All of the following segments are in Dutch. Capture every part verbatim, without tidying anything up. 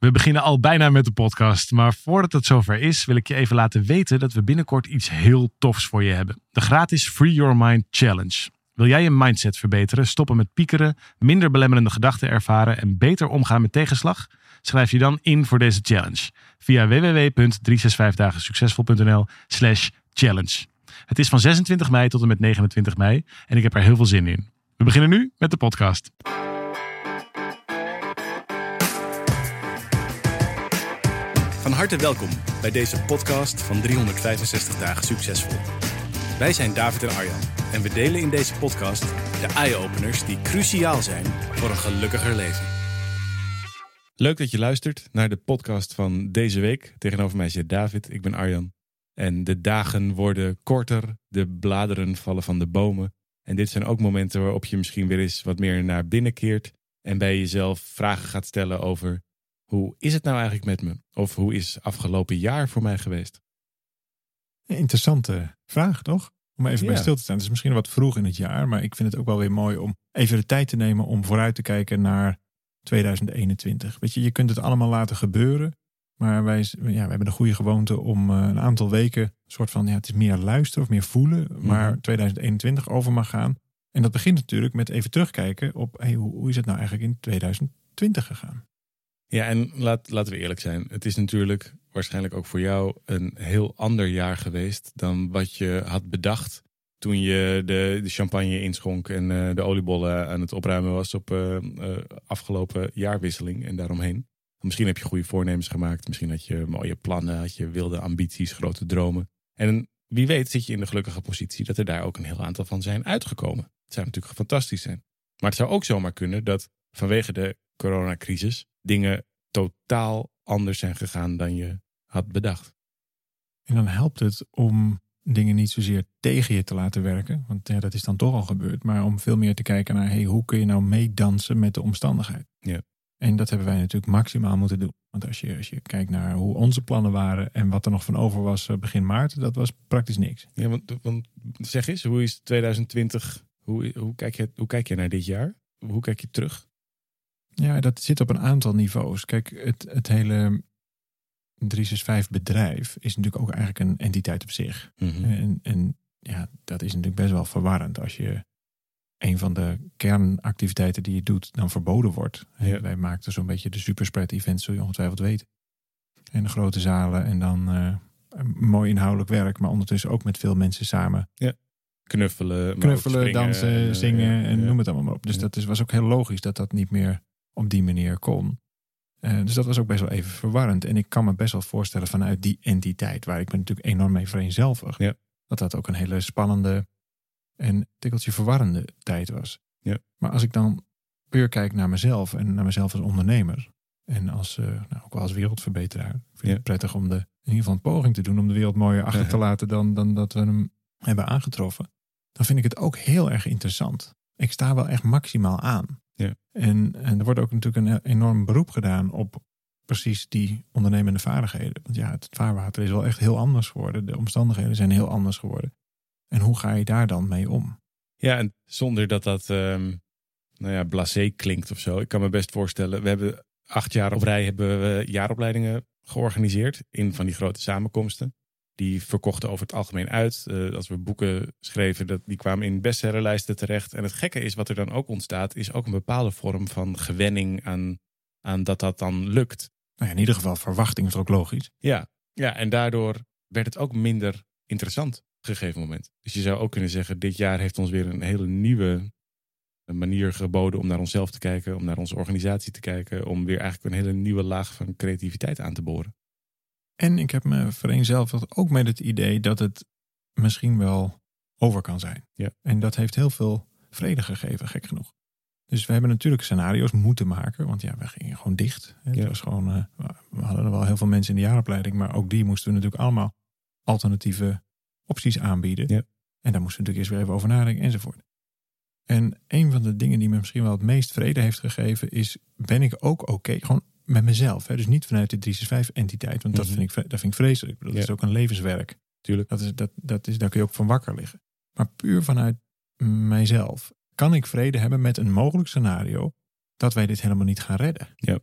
We beginnen al bijna met de podcast, maar voordat het zover is, wil ik je even laten weten dat we binnenkort iets heel tofs voor je hebben. De gratis Free Your Mind Challenge. Wil jij je mindset verbeteren, stoppen met piekeren, minder belemmerende gedachten ervaren en beter omgaan met tegenslag? Schrijf je dan in voor deze challenge via www punt driehonderdzesenzestig dagen succesvol punt n l slash challenge. Het is van zesentwintig mei tot en met negenentwintig mei en ik heb er heel veel zin in. We beginnen nu met de podcast. Van harte welkom bij deze podcast van driehonderdvijfenzestig dagen succesvol. Wij zijn David en Arjan en we delen in deze podcast de eye-openers die cruciaal zijn voor een gelukkiger leven. Leuk dat je luistert naar de podcast van deze week. Tegenover mij zit David, ik ben Arjan. En de dagen worden korter, de bladeren vallen van de bomen. En dit zijn ook momenten waarop je misschien weer eens wat meer naar binnen keert en bij jezelf vragen gaat stellen over: hoe is het nou eigenlijk met me? Of hoe is afgelopen jaar voor mij geweest? Een interessante vraag, toch? Om even Ja. bij stil te staan. Het is misschien wat vroeg in het jaar, maar ik vind het ook wel weer mooi om even de tijd te nemen om vooruit te kijken naar tweeduizend eenentwintig. Weet je, je kunt het allemaal laten gebeuren, maar wij, ja, we hebben de goede gewoonte om uh, een aantal weken een soort van, ja, het is meer luisteren of meer voelen, maar mm-hmm. tweeduizend eenentwintig over mag gaan. En dat begint natuurlijk met even terugkijken op, hey, hoe, hoe is het nou eigenlijk in tweeduizend twintig gegaan? Ja, en laat, laten we eerlijk zijn. Het is natuurlijk waarschijnlijk ook voor jou een heel ander jaar geweest dan wat je had bedacht toen je de, de champagne inschonk en uh, de oliebollen aan het opruimen was op uh, uh, afgelopen jaarwisseling en daaromheen. Misschien heb je goede voornemens gemaakt. Misschien had je mooie plannen, had je wilde ambities, grote dromen. En wie weet zit je in de gelukkige positie dat er daar ook een heel aantal van zijn uitgekomen. Het zou natuurlijk fantastisch zijn. Maar het zou ook zomaar kunnen dat vanwege de coronacrisis dingen totaal anders zijn gegaan dan je had bedacht. En dan helpt het om dingen niet zozeer tegen je te laten werken, want ja, dat is dan toch al gebeurd, maar om veel meer te kijken naar, hey, hoe kun je nou meedansen met de omstandigheid? Ja. En dat hebben wij natuurlijk maximaal moeten doen. Want als je, als je kijkt naar hoe onze plannen waren en wat er nog van over was begin maart, dat was praktisch niks. Ja, want, want zeg eens, hoe is tweeduizend twintig, hoe, hoe, kijk je, hoe kijk je naar dit jaar? Hoe kijk je terug? Ja, dat zit op een aantal niveaus. Kijk, het, het hele driehonderdzesenzestig bedrijf is natuurlijk ook eigenlijk een entiteit op zich. Mm-hmm. En, en ja, dat is natuurlijk best wel verwarrend als je een van de kernactiviteiten die je doet dan verboden wordt. Ja. Wij maakten zo'n beetje de superspread events, zul je ongetwijfeld weten. En de grote zalen en dan uh, mooi inhoudelijk werk, maar ondertussen ook met veel mensen samen. Ja. Knuffelen, Knuffelen, springen, dansen, en, zingen ja, en ja. noem het allemaal maar op. Dus Ja. dat is, was ook heel logisch dat dat niet meer op die manier kon. Uh, dus dat was ook best wel even verwarrend. En ik kan me best wel voorstellen vanuit die entiteit, waar ik me natuurlijk enorm mee vereenzelvig, Ja. dat dat ook een hele spannende en tikkeltje verwarrende tijd was. Ja. Maar als ik dan puur kijk naar mezelf en naar mezelf als ondernemer en als, uh, nou, ook wel als wereldverbeteraar, vind ik Ja. het prettig om de, in ieder geval een poging te doen om de wereld mooier achter Ja. te laten dan, dan dat we hem hebben aangetroffen. Dan vind ik het ook heel erg interessant. Ik sta wel echt maximaal aan. Ja. En, en er wordt ook natuurlijk een enorm beroep gedaan op precies die ondernemende vaardigheden. Want ja, het vaarwater is wel echt heel anders geworden. De omstandigheden zijn heel anders geworden. En hoe ga je daar dan mee om? Ja, en zonder dat dat um, nou ja, blasé klinkt of zo. Ik kan me best voorstellen, we hebben acht jaar op rij hebben we jaaropleidingen georganiseerd in van die grote samenkomsten. Die verkochten over het algemeen uit. Uh, als we boeken schreven, dat, die kwamen in bestsellerlijsten terecht. En het gekke is, wat er dan ook ontstaat, is ook een bepaalde vorm van gewenning aan, aan dat dat dan lukt. Nou ja, in ieder geval verwachting is ook logisch. Ja, ja, en daardoor werd het ook minder interessant op een gegeven moment. Dus je zou ook kunnen zeggen, dit jaar heeft ons weer een hele nieuwe manier geboden om naar onszelf te kijken, om naar onze organisatie te kijken, om weer eigenlijk een hele nieuwe laag van creativiteit aan te boren. En ik heb me vereenzelvigd ook met het idee dat het misschien wel over kan zijn. Ja. En dat heeft heel veel vrede gegeven, gek genoeg. Dus we hebben natuurlijk scenario's moeten maken, want ja, we gingen gewoon dicht. Het Ja. was gewoon, uh, we hadden er wel heel veel mensen in de jaaropleiding, maar ook die moesten we natuurlijk allemaal alternatieve opties aanbieden. Ja. En daar moesten we natuurlijk eerst weer even over nadenken enzovoort. En een van de dingen die me misschien wel het meest vrede heeft gegeven is, ben ik ook oké, okay, gewoon met mezelf. Hè? Dus niet vanuit de driehonderdzesenzestig entiteit, want dat, Mm-hmm. vind ik, dat vind ik vreselijk. Ik bedoel, Ja. dat is ook een levenswerk. Tuurlijk. Dat is, dat, dat is, daar kun je ook van wakker liggen. Maar puur vanuit mijzelf kan ik vrede hebben met een mogelijk scenario dat wij dit helemaal niet gaan redden. Ja.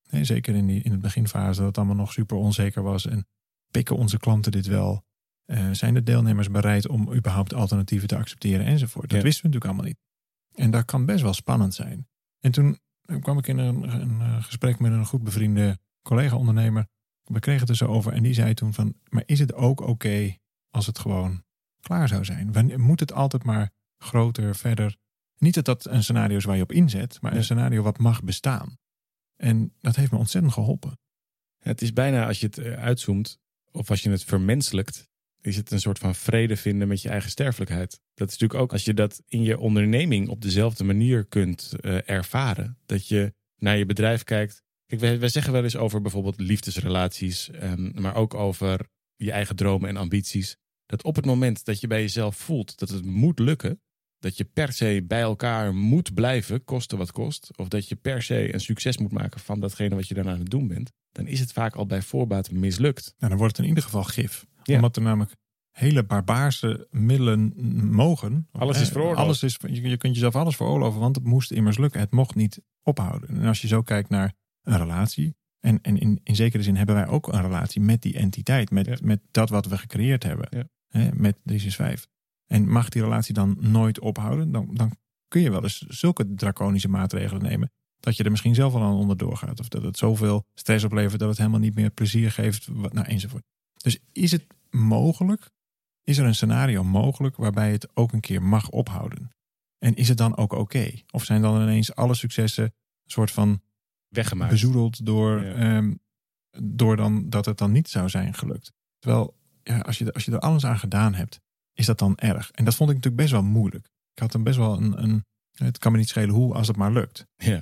Nee, zeker in, die, in het beginfase dat het allemaal nog super onzeker was. En pikken onze klanten dit wel? Uh, zijn de deelnemers bereid om überhaupt alternatieven te accepteren enzovoort? Dat Ja. wisten we natuurlijk allemaal niet. En dat kan best wel spannend zijn. En toen kwam ik in een, een gesprek met een goed bevriende collega-ondernemer. We kregen het er zo over en die zei toen van, maar is het ook oké okay als het gewoon klaar zou zijn? Moet het altijd maar groter, verder? Niet dat dat een scenario is waar je op inzet, maar een Ja. scenario wat mag bestaan. En dat heeft me ontzettend geholpen. Het is bijna, als je het uitzoomt, of als je het vermenselijkt, is het een soort van vrede vinden met je eigen sterfelijkheid. Dat is natuurlijk ook als je dat in je onderneming op dezelfde manier kunt uh, ervaren. Dat je naar je bedrijf kijkt. Kijk, wij, wij zeggen wel eens over bijvoorbeeld liefdesrelaties, um, maar ook over je eigen dromen en ambities. Dat op het moment dat je bij jezelf voelt dat het moet lukken, dat je per se bij elkaar moet blijven, koste wat kost, of dat je per se een succes moet maken van datgene wat je daarna aan het doen bent, dan is het vaak al bij voorbaat mislukt. Nou, dan wordt het in ieder geval gif. Ja. Omdat er namelijk hele barbaarse middelen mogen. Alles is veroorloofd. Alles is, je, je kunt jezelf alles veroorloven, want het moest immers lukken. Het mocht niet ophouden. En als je zo kijkt naar een relatie, en, en in, in zekere zin hebben wij ook een relatie met die entiteit, met, Ja. met dat wat we gecreëerd hebben, Ja. hè, met drie zes vijf. En mag die relatie dan nooit ophouden, dan, dan kun je wel eens zulke draconische maatregelen nemen, dat je er misschien zelf al aan onderdoor gaat. Of dat het zoveel stress oplevert dat het helemaal niet meer plezier geeft, wat, nou, enzovoort. Dus is het mogelijk, is er een scenario mogelijk waarbij het ook een keer mag ophouden? En is het dan ook oké? Okay? Of zijn dan ineens alle successen een soort van Weggemaakt. bezoedeld door, Ja. um, door dan, dat het dan niet zou zijn gelukt? Terwijl, ja, als je, als je er alles aan gedaan hebt, is dat dan erg? En dat vond ik natuurlijk best wel moeilijk. Ik had dan best wel een, een het kan me niet schelen hoe als het maar lukt. Ja.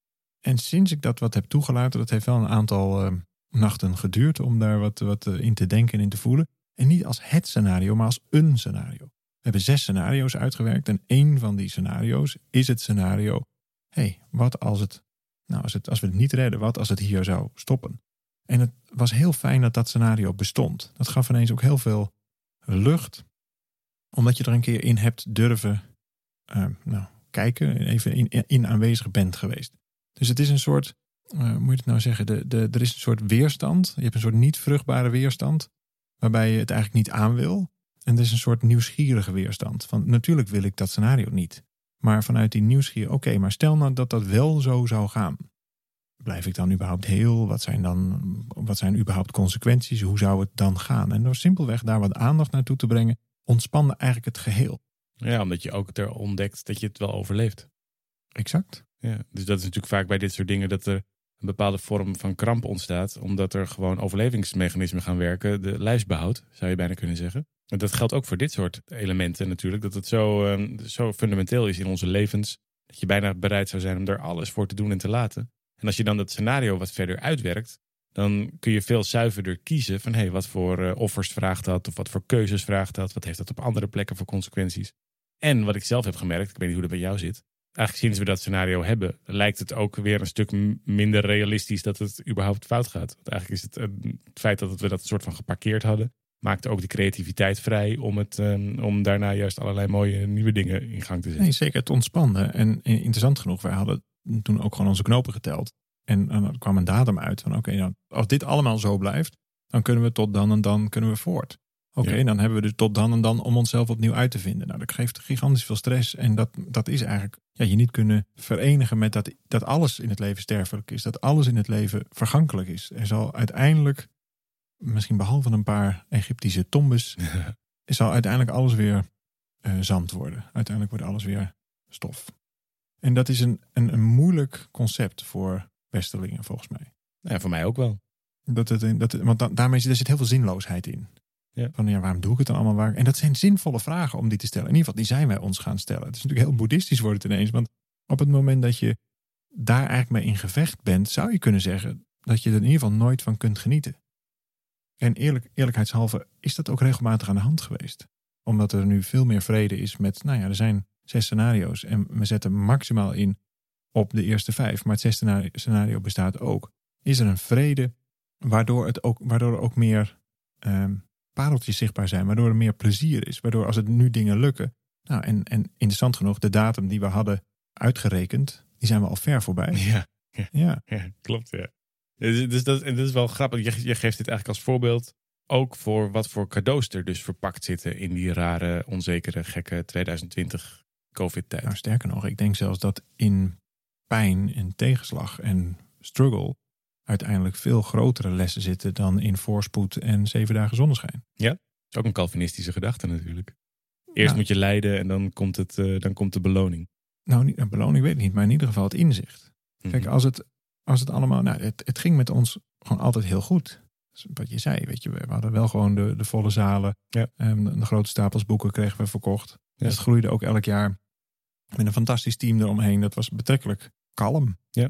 En sinds ik dat wat heb toegelaten, dat heeft wel een aantal uh, nachten geduurd om daar wat, wat in te denken en in te voelen. En niet als het scenario, maar als een scenario. We hebben zes scenario's uitgewerkt en één van die scenario's is het scenario, hé, hey, wat als het, nou als, het, als we het niet redden, wat als het hier zou stoppen? En het was heel fijn dat dat scenario bestond. Dat gaf ineens ook heel veel lucht, omdat je er een keer in hebt durven uh, nou, kijken, even in, in aanwezig bent geweest. Dus het is een soort, uh, hoe moet je het nou zeggen, de, de, er is een soort weerstand. Je hebt een soort niet vruchtbare weerstand, waarbij je het eigenlijk niet aan wil. En er is een soort nieuwsgierige weerstand. Van natuurlijk wil ik dat scenario niet. Maar vanuit die nieuwsgier, oké, okay, maar stel nou dat dat wel zo zou gaan. Blijf ik dan überhaupt heel? Wat zijn dan, wat zijn überhaupt consequenties? Hoe zou het dan gaan? En door simpelweg daar wat aandacht naartoe te brengen, ontspande eigenlijk het geheel. Ja, omdat je ook er ontdekt dat je het wel overleeft. Exact. Ja, dus dat is natuurlijk vaak bij dit soort dingen dat er een bepaalde vorm van kramp ontstaat, omdat er gewoon overlevingsmechanismen gaan werken. De lijfsbehoud, zou je bijna kunnen zeggen. En dat geldt ook voor dit soort elementen natuurlijk. Dat het zo, um, zo fundamenteel is in onze levens, dat je bijna bereid zou zijn om daar alles voor te doen en te laten. En als je dan dat scenario wat verder uitwerkt, dan kun je veel zuiverder kiezen van hé, hey, wat voor uh, offers vraagt dat, of wat voor keuzes vraagt dat, wat heeft dat op andere plekken voor consequenties. En wat ik zelf heb gemerkt, ik weet niet hoe dat bij jou zit, eigenlijk sinds we dat scenario hebben, lijkt het ook weer een stuk minder realistisch dat het überhaupt fout gaat. Want eigenlijk is het uh, het feit dat we dat soort van geparkeerd hadden, maakte ook de creativiteit vrij om, het, um, om daarna juist allerlei mooie nieuwe dingen in gang te zetten. Nee, zeker, het ontspannen. En interessant genoeg, wij hadden toen ook gewoon onze knopen geteld. En, en er kwam een datum uit van oké, okay, nou, als dit allemaal zo blijft, dan kunnen we tot dan en dan kunnen we voort. Oké, okay, ja. Dan hebben we dus tot dan en dan om onszelf opnieuw uit te vinden. Nou, dat geeft gigantisch veel stress. En dat, dat is eigenlijk ja, je niet kunnen verenigen met dat, dat alles in het leven sterfelijk is. Dat alles in het leven vergankelijk is. Er zal uiteindelijk, misschien behalve een paar Egyptische tombes, zal uiteindelijk alles weer uh, zand worden. Uiteindelijk wordt alles weer stof. En dat is een, een, een moeilijk concept voor westerlingen volgens mij. Ja, voor mij ook wel. Dat het, dat het, want da, daarmee zit, er zit heel veel zinloosheid in. Ja. Van ja, waarom doe ik het dan allemaal? Waar? En dat zijn zinvolle vragen om die te stellen. In ieder geval, die zijn wij ons gaan stellen. Het is natuurlijk heel boeddhistisch wordt het ineens. Want op het moment dat je daar eigenlijk mee in gevecht bent, zou je kunnen zeggen dat je er in ieder geval nooit van kunt genieten. En eerlijk, eerlijkheidshalve is dat ook regelmatig aan de hand geweest. Omdat er nu veel meer vrede is met, nou ja, er zijn zes scenario's. En we zetten maximaal in op de eerste vijf. Maar het zesde scenario bestaat ook. Is er een vrede waardoor, het ook, waardoor er ook meer um, pareltjes zichtbaar zijn. Waardoor er meer plezier is. Waardoor als het nu dingen lukken. Nou, en, en interessant genoeg, de datum die we hadden uitgerekend, die zijn we al ver voorbij. Ja, ja, ja. ja klopt. Ja. Dus, dus dat, en dat is wel grappig. Je, je geeft dit eigenlijk als voorbeeld ook voor wat voor cadeaus er dus verpakt zitten in die rare, onzekere, gekke twintig twintig COVID-tijd. Nou, sterker nog, ik denk zelfs dat in pijn en tegenslag en struggle uiteindelijk veel grotere lessen zitten dan in voorspoed en zeven dagen zonneschijn. Ja, dat is ook een Calvinistische gedachte natuurlijk. Eerst nou, moet je lijden en dan komt, het, uh, dan komt de beloning. Nou, niet, een beloning weet ik niet, maar in ieder geval het inzicht. Kijk, Mm-hmm. als het, als het allemaal... Nou, het, het ging met ons gewoon altijd heel goed. Wat je zei, weet je, we hadden wel gewoon de, de volle zalen. Ja. Um, de, de grote stapels boeken kregen we verkocht. Ja. Dus het groeide ook elk jaar met een fantastisch team eromheen. Dat was betrekkelijk kalm. Ja.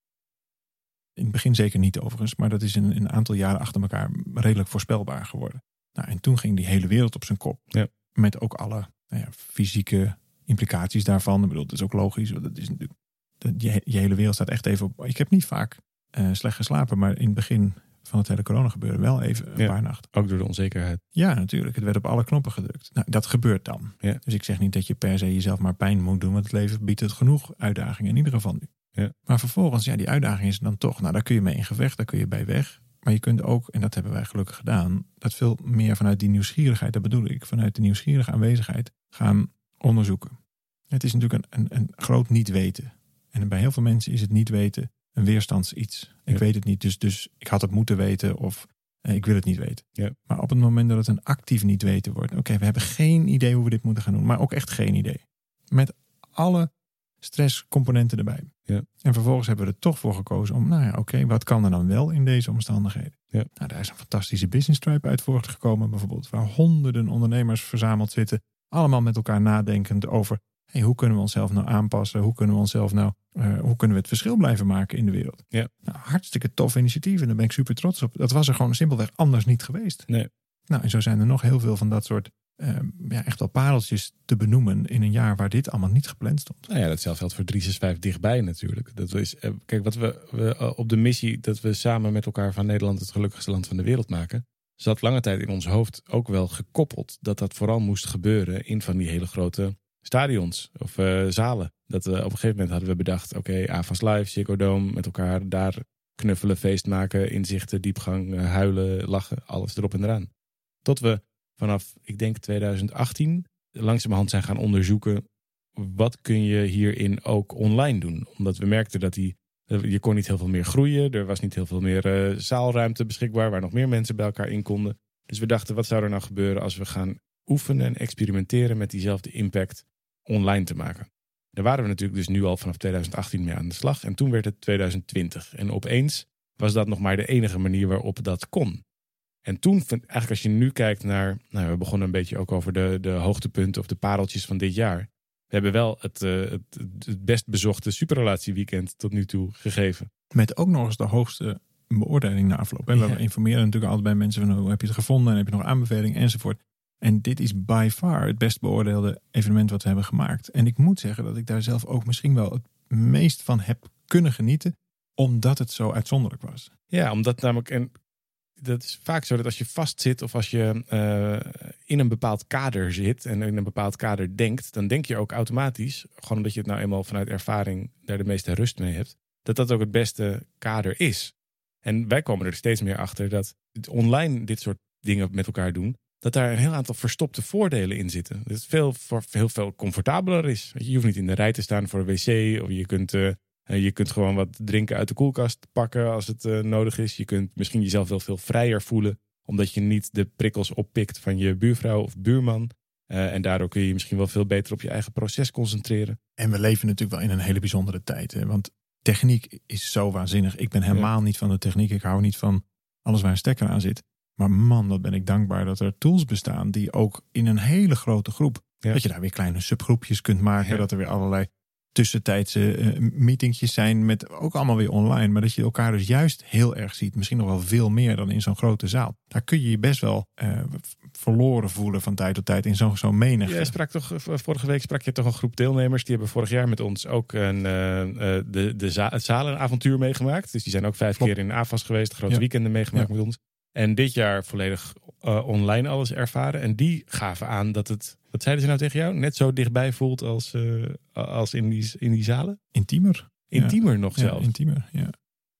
In het begin zeker niet overigens, maar dat is in een aantal jaren achter elkaar redelijk voorspelbaar geworden. Nou, en toen ging die hele wereld op zijn kop. Ja. Met ook alle nou ja, fysieke implicaties daarvan. Ik bedoel, dat is ook logisch. Dat is natuurlijk, dat, je, je hele wereld staat echt even op. Ik heb niet vaak uh, slecht geslapen, maar in het begin van het hele corona gebeuren wel even een Ja. paar nachten. Ook door de onzekerheid. Ja, natuurlijk. Het werd op alle knoppen gedrukt. Nou, dat gebeurt dan. Ja. Dus ik zeg niet dat je per se jezelf maar pijn moet doen, want het leven biedt het genoeg uitdagingen in ieder geval nu. Ja. Maar vervolgens, ja, die uitdaging is dan toch, nou, daar kun je mee in gevecht, daar kun je bij weg. Maar je kunt ook, en dat hebben wij gelukkig gedaan, dat veel meer vanuit die nieuwsgierigheid, dat bedoel ik, vanuit de nieuwsgierige aanwezigheid gaan onderzoeken. Het is natuurlijk een, een, een groot niet weten. En bij heel veel mensen is het niet weten een weerstandsiets. Ik Ja. weet het niet, dus, dus ik had het moeten weten of eh, ik wil het niet weten. Ja. Maar op het moment dat het een actief niet weten wordt, oké, okay, we hebben geen idee hoe we dit moeten gaan doen, maar ook echt geen idee. Met alle stresscomponenten erbij. Ja. En vervolgens hebben we er toch voor gekozen om, nou ja, oké, okay, wat kan er dan wel in deze omstandigheden? Ja. Nou, daar is een fantastische business tribe uit voortgekomen bijvoorbeeld, waar honderden ondernemers verzameld zitten, allemaal met elkaar nadenkend over, hey, hoe kunnen we onszelf nou aanpassen? Hoe kunnen we onszelf nou, uh, hoe kunnen we het verschil blijven maken in de wereld? Ja. Nou, hartstikke tof initiatief en daar ben ik super trots op. Dat was er gewoon simpelweg anders niet geweest. Nee. Nou, en zo zijn er nog heel veel van dat soort uh, ja, echt wel pareltjes te benoemen in een jaar waar dit allemaal niet gepland stond. Nou ja, datzelfde geldt voor drie zes vijf dichtbij natuurlijk. Dat is, kijk, wat we, we op de missie dat we samen met elkaar van Nederland het gelukkigste land van de wereld maken, zat lange tijd in ons hoofd ook wel gekoppeld dat dat vooral moest gebeuren in van die hele grote stadions of uh, zalen. Dat we op een gegeven moment hadden we bedacht, oké, okay, A F A S Live, Ziggo Dome, met elkaar daar knuffelen, feest maken, inzichten, diepgang, uh, huilen, lachen, alles erop en eraan. Tot we vanaf, ik denk twintig achttien, langzamerhand zijn gaan onderzoeken, wat kun je hierin ook online doen? Omdat we merkten dat die, je kon niet heel veel meer groeien, er was niet heel veel meer uh, zaalruimte beschikbaar, waar nog meer mensen bij elkaar in konden. Dus we dachten, wat zou er nou gebeuren als we gaan oefenen en experimenteren met diezelfde impact online te maken? Daar waren we natuurlijk dus nu al vanaf twintig achttien mee aan de slag. En toen werd het twintig twintig. En opeens was dat nog maar de enige manier waarop dat kon. En toen, eigenlijk als je nu kijkt naar, nou, we begonnen een beetje ook over de, de hoogtepunten of de pareltjes van dit jaar. We hebben wel het, uh, het, het best bezochte superrelatieweekend tot nu toe gegeven. Met ook nog eens de hoogste beoordeling na afloop. Ja. We informeren natuurlijk altijd bij mensen van hoe heb je het gevonden en heb je nog aanbevelingen enzovoort. En dit is by far het best beoordeelde evenement wat we hebben gemaakt. En ik moet zeggen dat ik daar zelf ook misschien wel het meest van heb kunnen genieten, omdat het zo uitzonderlijk was. Ja, omdat namelijk, en dat is vaak zo dat als je vastzit of als je uh, in een bepaald kader zit en in een bepaald kader denkt, dan denk je ook automatisch, gewoon omdat je het nou eenmaal vanuit ervaring daar de meeste rust mee hebt, dat dat ook het beste kader is. En wij komen er steeds meer achter dat online dit soort dingen met elkaar doen, dat daar een heel aantal verstopte voordelen in zitten. Dat het veel, heel veel comfortabeler is. Je hoeft niet in de rij te staan voor een wc. Of je kunt, uh, je kunt gewoon wat drinken uit de koelkast pakken als het uh, nodig is. Je kunt misschien jezelf wel veel vrijer voelen, omdat je niet de prikkels oppikt van je buurvrouw of buurman. Uh, en daardoor kun je je misschien wel veel beter op je eigen proces concentreren. En we leven natuurlijk wel in een hele bijzondere tijd. Hè? Want techniek is zo waanzinnig. Ik ben helemaal ja. niet van de techniek. Ik hou niet van alles waar een stekker aan zit. Maar man, wat ben ik dankbaar dat er tools bestaan die ook in een hele grote groep, ja. dat je daar weer kleine subgroepjes kunt maken, ja. dat er weer allerlei tussentijdse uh, meetingjes zijn met ook allemaal weer online, maar dat je elkaar dus juist heel erg ziet, misschien nog wel veel meer dan in zo'n grote zaal. Daar kun je je best wel uh, verloren voelen van tijd tot tijd in zo'n zo'n menigte. Ja, sprak toch, vorige week sprak je toch een groep deelnemers, die hebben vorig jaar met ons ook een, uh, uh, de, de za- het zalenavontuur meegemaakt. Dus die zijn ook vijf Klopt. keer in A F A S geweest, grote ja. weekenden meegemaakt ja. met ons. En dit jaar volledig uh, online alles ervaren. En die gaven aan dat het, wat zeiden ze nou tegen jou, net zo dichtbij voelt als, uh, als in, die, in die zalen? Intiemer. Intiemer ja. nog zelf. Ja, intiemer, ja.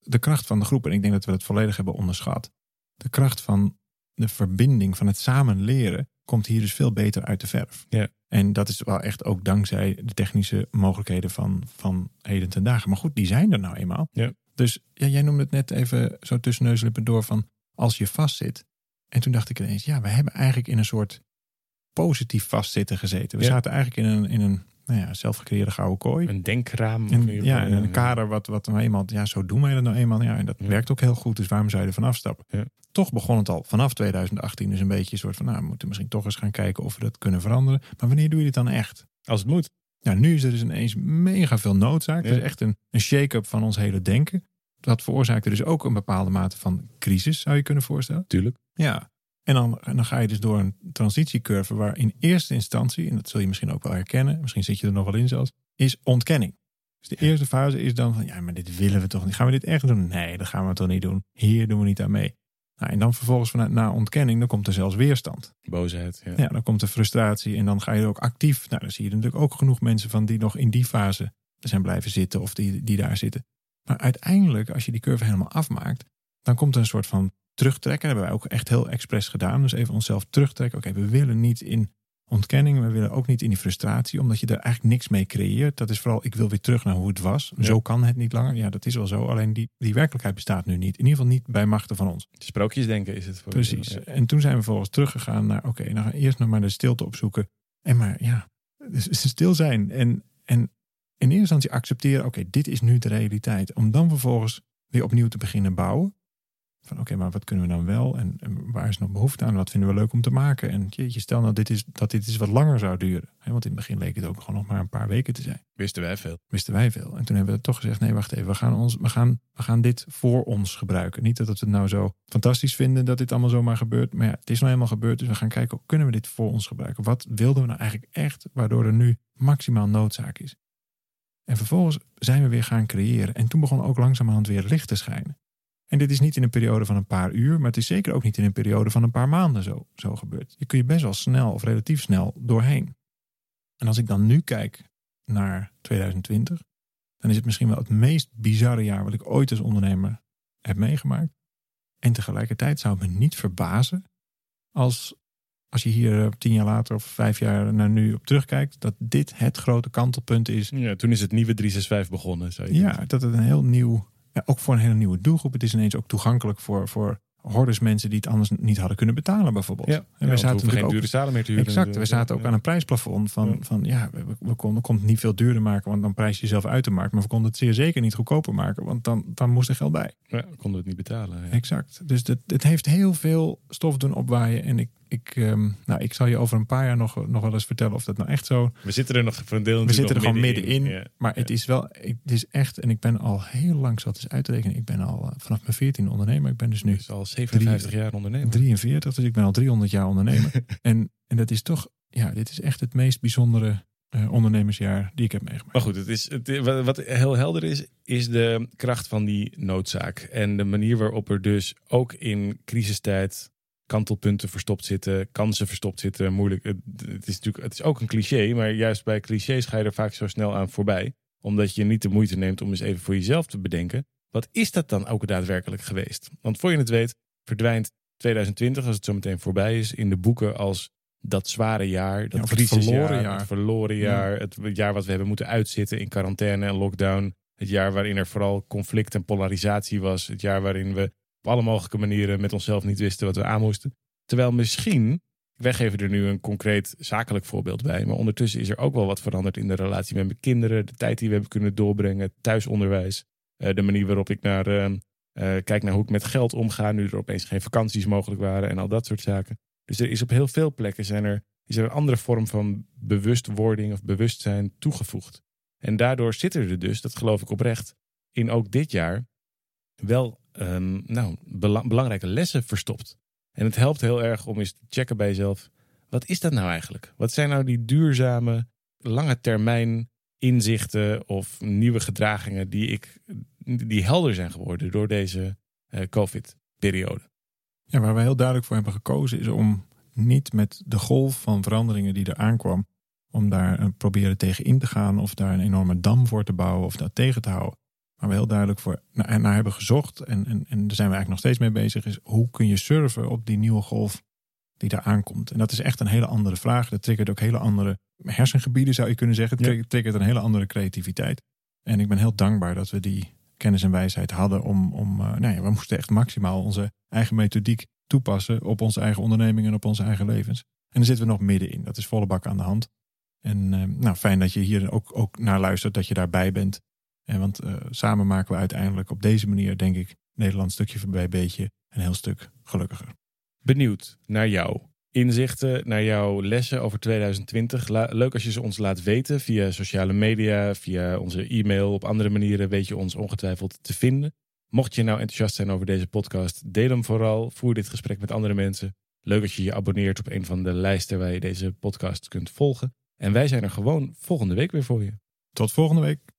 de kracht van de groep, en ik denk dat we het volledig hebben onderschat. De kracht van de verbinding, van het samen leren, komt hier dus veel beter uit de verf. Ja. En dat is wel echt ook dankzij de technische mogelijkheden van, van heden ten dagen. Maar goed, die zijn er nou eenmaal. Ja. Dus ja, jij noemde het net even zo tussen neus en lippen door van als je vastzit. En toen dacht ik ineens, ja, we hebben eigenlijk in een soort positief vastzitten gezeten. We Ja. zaten eigenlijk in een, in een nou ja, zelfgecreëerde gouden kooi. Een denkraam. En, of in ja, ieder en geval, een kader wat, wat nou eenmaal, ja, zo doen wij dat nou eenmaal. Ja, en dat Ja. werkt ook heel goed, dus waarom zou je er van afstappen? Ja. Toch begon het al vanaf twintig achttien dus een beetje een soort van, nou, we moeten misschien toch eens gaan kijken of we dat kunnen veranderen. Maar wanneer doe je dit dan echt? Als het moet. Ja, nu is er dus ineens mega veel noodzaak. Ja. Het is echt een, een shake-up van ons hele denken. Dat veroorzaakte dus ook een bepaalde mate van crisis, zou je kunnen voorstellen. Tuurlijk. Ja, en dan, en dan ga je dus door een transitiecurve waar in eerste instantie, en dat zul je misschien ook wel herkennen, misschien zit je er nog wel in zelfs, is ontkenning. Dus de eerste fase is dan van, ja, maar dit willen we toch niet. Gaan we dit echt doen? Nee, dat gaan we toch niet doen. Hier doen we niet aan mee. Nou, en dan vervolgens vanuit na ontkenning, dan komt er zelfs weerstand. Boosheid. Ja. Ja, dan komt er frustratie en dan ga je er ook actief. Nou, dan zie je natuurlijk ook genoeg mensen van die nog in die fase zijn blijven zitten of die, die daar zitten. Maar uiteindelijk, als je die curve helemaal afmaakt, dan komt er een soort van terugtrekken. Dat hebben wij ook echt heel expres gedaan. Dus even onszelf terugtrekken. Oké, we willen niet in ontkenning. We willen ook niet in die frustratie. Omdat je er eigenlijk niks mee creëert. Dat is vooral, ik wil weer terug naar hoe het was. Ja. Zo kan het niet langer. Ja, dat is wel zo. Alleen die, die werkelijkheid bestaat nu niet. In ieder geval niet bij machten van ons. Sprookjesdenken is het. Voor Precies. Ja. En toen zijn we vervolgens teruggegaan naar, oké, okay, dan gaan we eerst nog maar de stilte opzoeken. En maar ja, dus stil zijn. En, en in eerste instantie accepteren, oké, okay, dit is nu de realiteit. Om dan vervolgens weer opnieuw te beginnen bouwen. Van oké, okay, maar wat kunnen we dan wel? En, en waar is nog behoefte aan? Wat vinden we leuk om te maken? En jeetje, stel nou dit is, dat dit is wat langer zou duren. He, want in het begin leek het ook gewoon nog maar een paar weken te zijn. Wisten wij veel. Wisten wij veel. En toen hebben we toch gezegd, nee, wacht even. We gaan, ons, we gaan, we gaan dit voor ons gebruiken. Niet dat we het nou zo fantastisch vinden dat dit allemaal zomaar gebeurt. Maar ja, het is nou helemaal gebeurd. Dus we gaan kijken, kunnen we dit voor ons gebruiken? Wat wilden we nou eigenlijk echt, waardoor er nu maximaal noodzaak is? En vervolgens zijn we weer gaan creëren. En toen begon ook langzamerhand weer licht te schijnen. En dit is niet in een periode van een paar uur, maar het is zeker ook niet in een periode van een paar maanden zo, zo gebeurd. Je kun je best wel snel of relatief snel doorheen. En als ik dan nu kijk naar twintig twintig, dan is het misschien wel het meest bizarre jaar wat ik ooit als ondernemer heb meegemaakt. En tegelijkertijd zou het me niet verbazen als, als je hier tien jaar later of vijf jaar naar nu op terugkijkt, dat dit het grote kantelpunt is. Ja, toen is het nieuwe drie zes vijf begonnen. Zou je Ja, denken. dat het een heel nieuw, ja, ook voor een hele nieuwe doelgroep. Het is ineens ook toegankelijk voor, voor hordes mensen die het anders niet hadden kunnen betalen bijvoorbeeld. Ja, En ja, wij zaten geen natuurlijk ook, dure zalen meer te huren. exact, we zaten ook Ja. aan een prijsplafond van, Ja. van ja, we, we konden, konden het niet veel duurder maken, want dan prijs je jezelf uit de markt. Maar we konden het zeer zeker niet goedkoper maken, want dan, dan moest er geld bij. Ja, konden we het niet betalen. Ja. Exact. Dus het, het heeft heel veel stof doen opwaaien. En ik, ik, um, nou, ik zal je over een paar jaar nog, nog wel eens vertellen of dat nou echt zo. We zitten er nog voor een deel We zitten er nog gewoon middenin. Ja. Maar het is wel, het is echt, en ik ben al heel lang, zat eens uit te rekenen. Ik ben al uh, vanaf mijn veertien ondernemer. Ik ben dus nu Dus al zevenenvijftig jaar ondernemer. drieënveertig, dus ik ben al driehonderd jaar ondernemer. en, en dat is toch, ja, dit is echt het meest bijzondere uh, ondernemersjaar die ik heb meegemaakt. Maar goed, het is, het, wat heel helder is, is de kracht van die noodzaak. En de manier waarop er dus ook in crisistijd kantelpunten verstopt zitten, kansen verstopt zitten, moeilijk. Het, het is natuurlijk, het is ook een cliché, maar juist bij clichés ga je er vaak zo snel aan voorbij. Omdat je niet de moeite neemt om eens even voor jezelf te bedenken. Wat is dat dan ook daadwerkelijk geweest? Want voor je het weet, verdwijnt twintig twintig, als het zo meteen voorbij is, in de boeken als dat zware jaar, dat Ja, of het crisisjaar, verloren jaar. het verloren jaar, ja. het jaar wat we hebben moeten uitzitten in quarantaine en lockdown. Het jaar waarin er vooral conflict en polarisatie was. Het jaar waarin we op alle mogelijke manieren met onszelf niet wisten wat we aan moesten. Terwijl misschien, wij geven er nu een concreet zakelijk voorbeeld bij, maar ondertussen is er ook wel wat veranderd in de relatie met mijn kinderen, de tijd die we hebben kunnen doorbrengen, het thuisonderwijs, de manier waarop ik naar, uh, uh, kijk naar hoe ik met geld omga, nu er opeens geen vakanties mogelijk waren en al dat soort zaken. Dus er is op heel veel plekken zijn er, is er een andere vorm van bewustwording of bewustzijn toegevoegd. En daardoor zitten er dus, dat geloof ik oprecht, in ook dit jaar wel um, nou, bela- belangrijke lessen verstopt. En het helpt heel erg om eens te checken bij jezelf, wat is dat nou eigenlijk? Wat zijn nou die duurzame, lange termijn inzichten of nieuwe gedragingen die, ik, die helder zijn geworden door deze uh, COVID-periode? Ja, waar we heel duidelijk voor hebben gekozen is om niet met de golf van veranderingen die er aankwam, om daar uh, proberen tegen in te gaan of daar een enorme dam voor te bouwen of dat tegen te houden. waar we heel duidelijk voor naar, naar hebben gezocht. En, en, en daar zijn we eigenlijk nog steeds mee bezig. Is hoe kun je surfen op die nieuwe golf die daar aankomt. En dat is echt een hele andere vraag. Dat triggert ook hele andere hersengebieden, zou je kunnen zeggen. Het ja. triggert een hele andere creativiteit. En ik ben heel dankbaar dat we die kennis en wijsheid hadden om... om uh, nou ja, we moesten echt maximaal onze eigen methodiek toepassen op onze eigen onderneming en op onze eigen levens. En daar zitten we nog middenin. Dat is volle bak aan de hand. En uh, nou, fijn dat je hier ook, ook naar luistert, dat je daarbij bent. En want uh, samen maken we uiteindelijk op deze manier, denk ik, Nederland stukje bij beetje een heel stuk gelukkiger. Benieuwd naar jouw inzichten, naar jouw lessen over tweeduizend twintig. La- leuk als je ze ons laat weten via sociale media, via onze e-mail. Op andere manieren weet je ons ongetwijfeld te vinden. Mocht je nou enthousiast zijn over deze podcast, deel hem vooral. Voer dit gesprek met andere mensen. Leuk als je je abonneert op een van de lijsten waar je deze podcast kunt volgen. En wij zijn er gewoon volgende week weer voor je. Tot volgende week.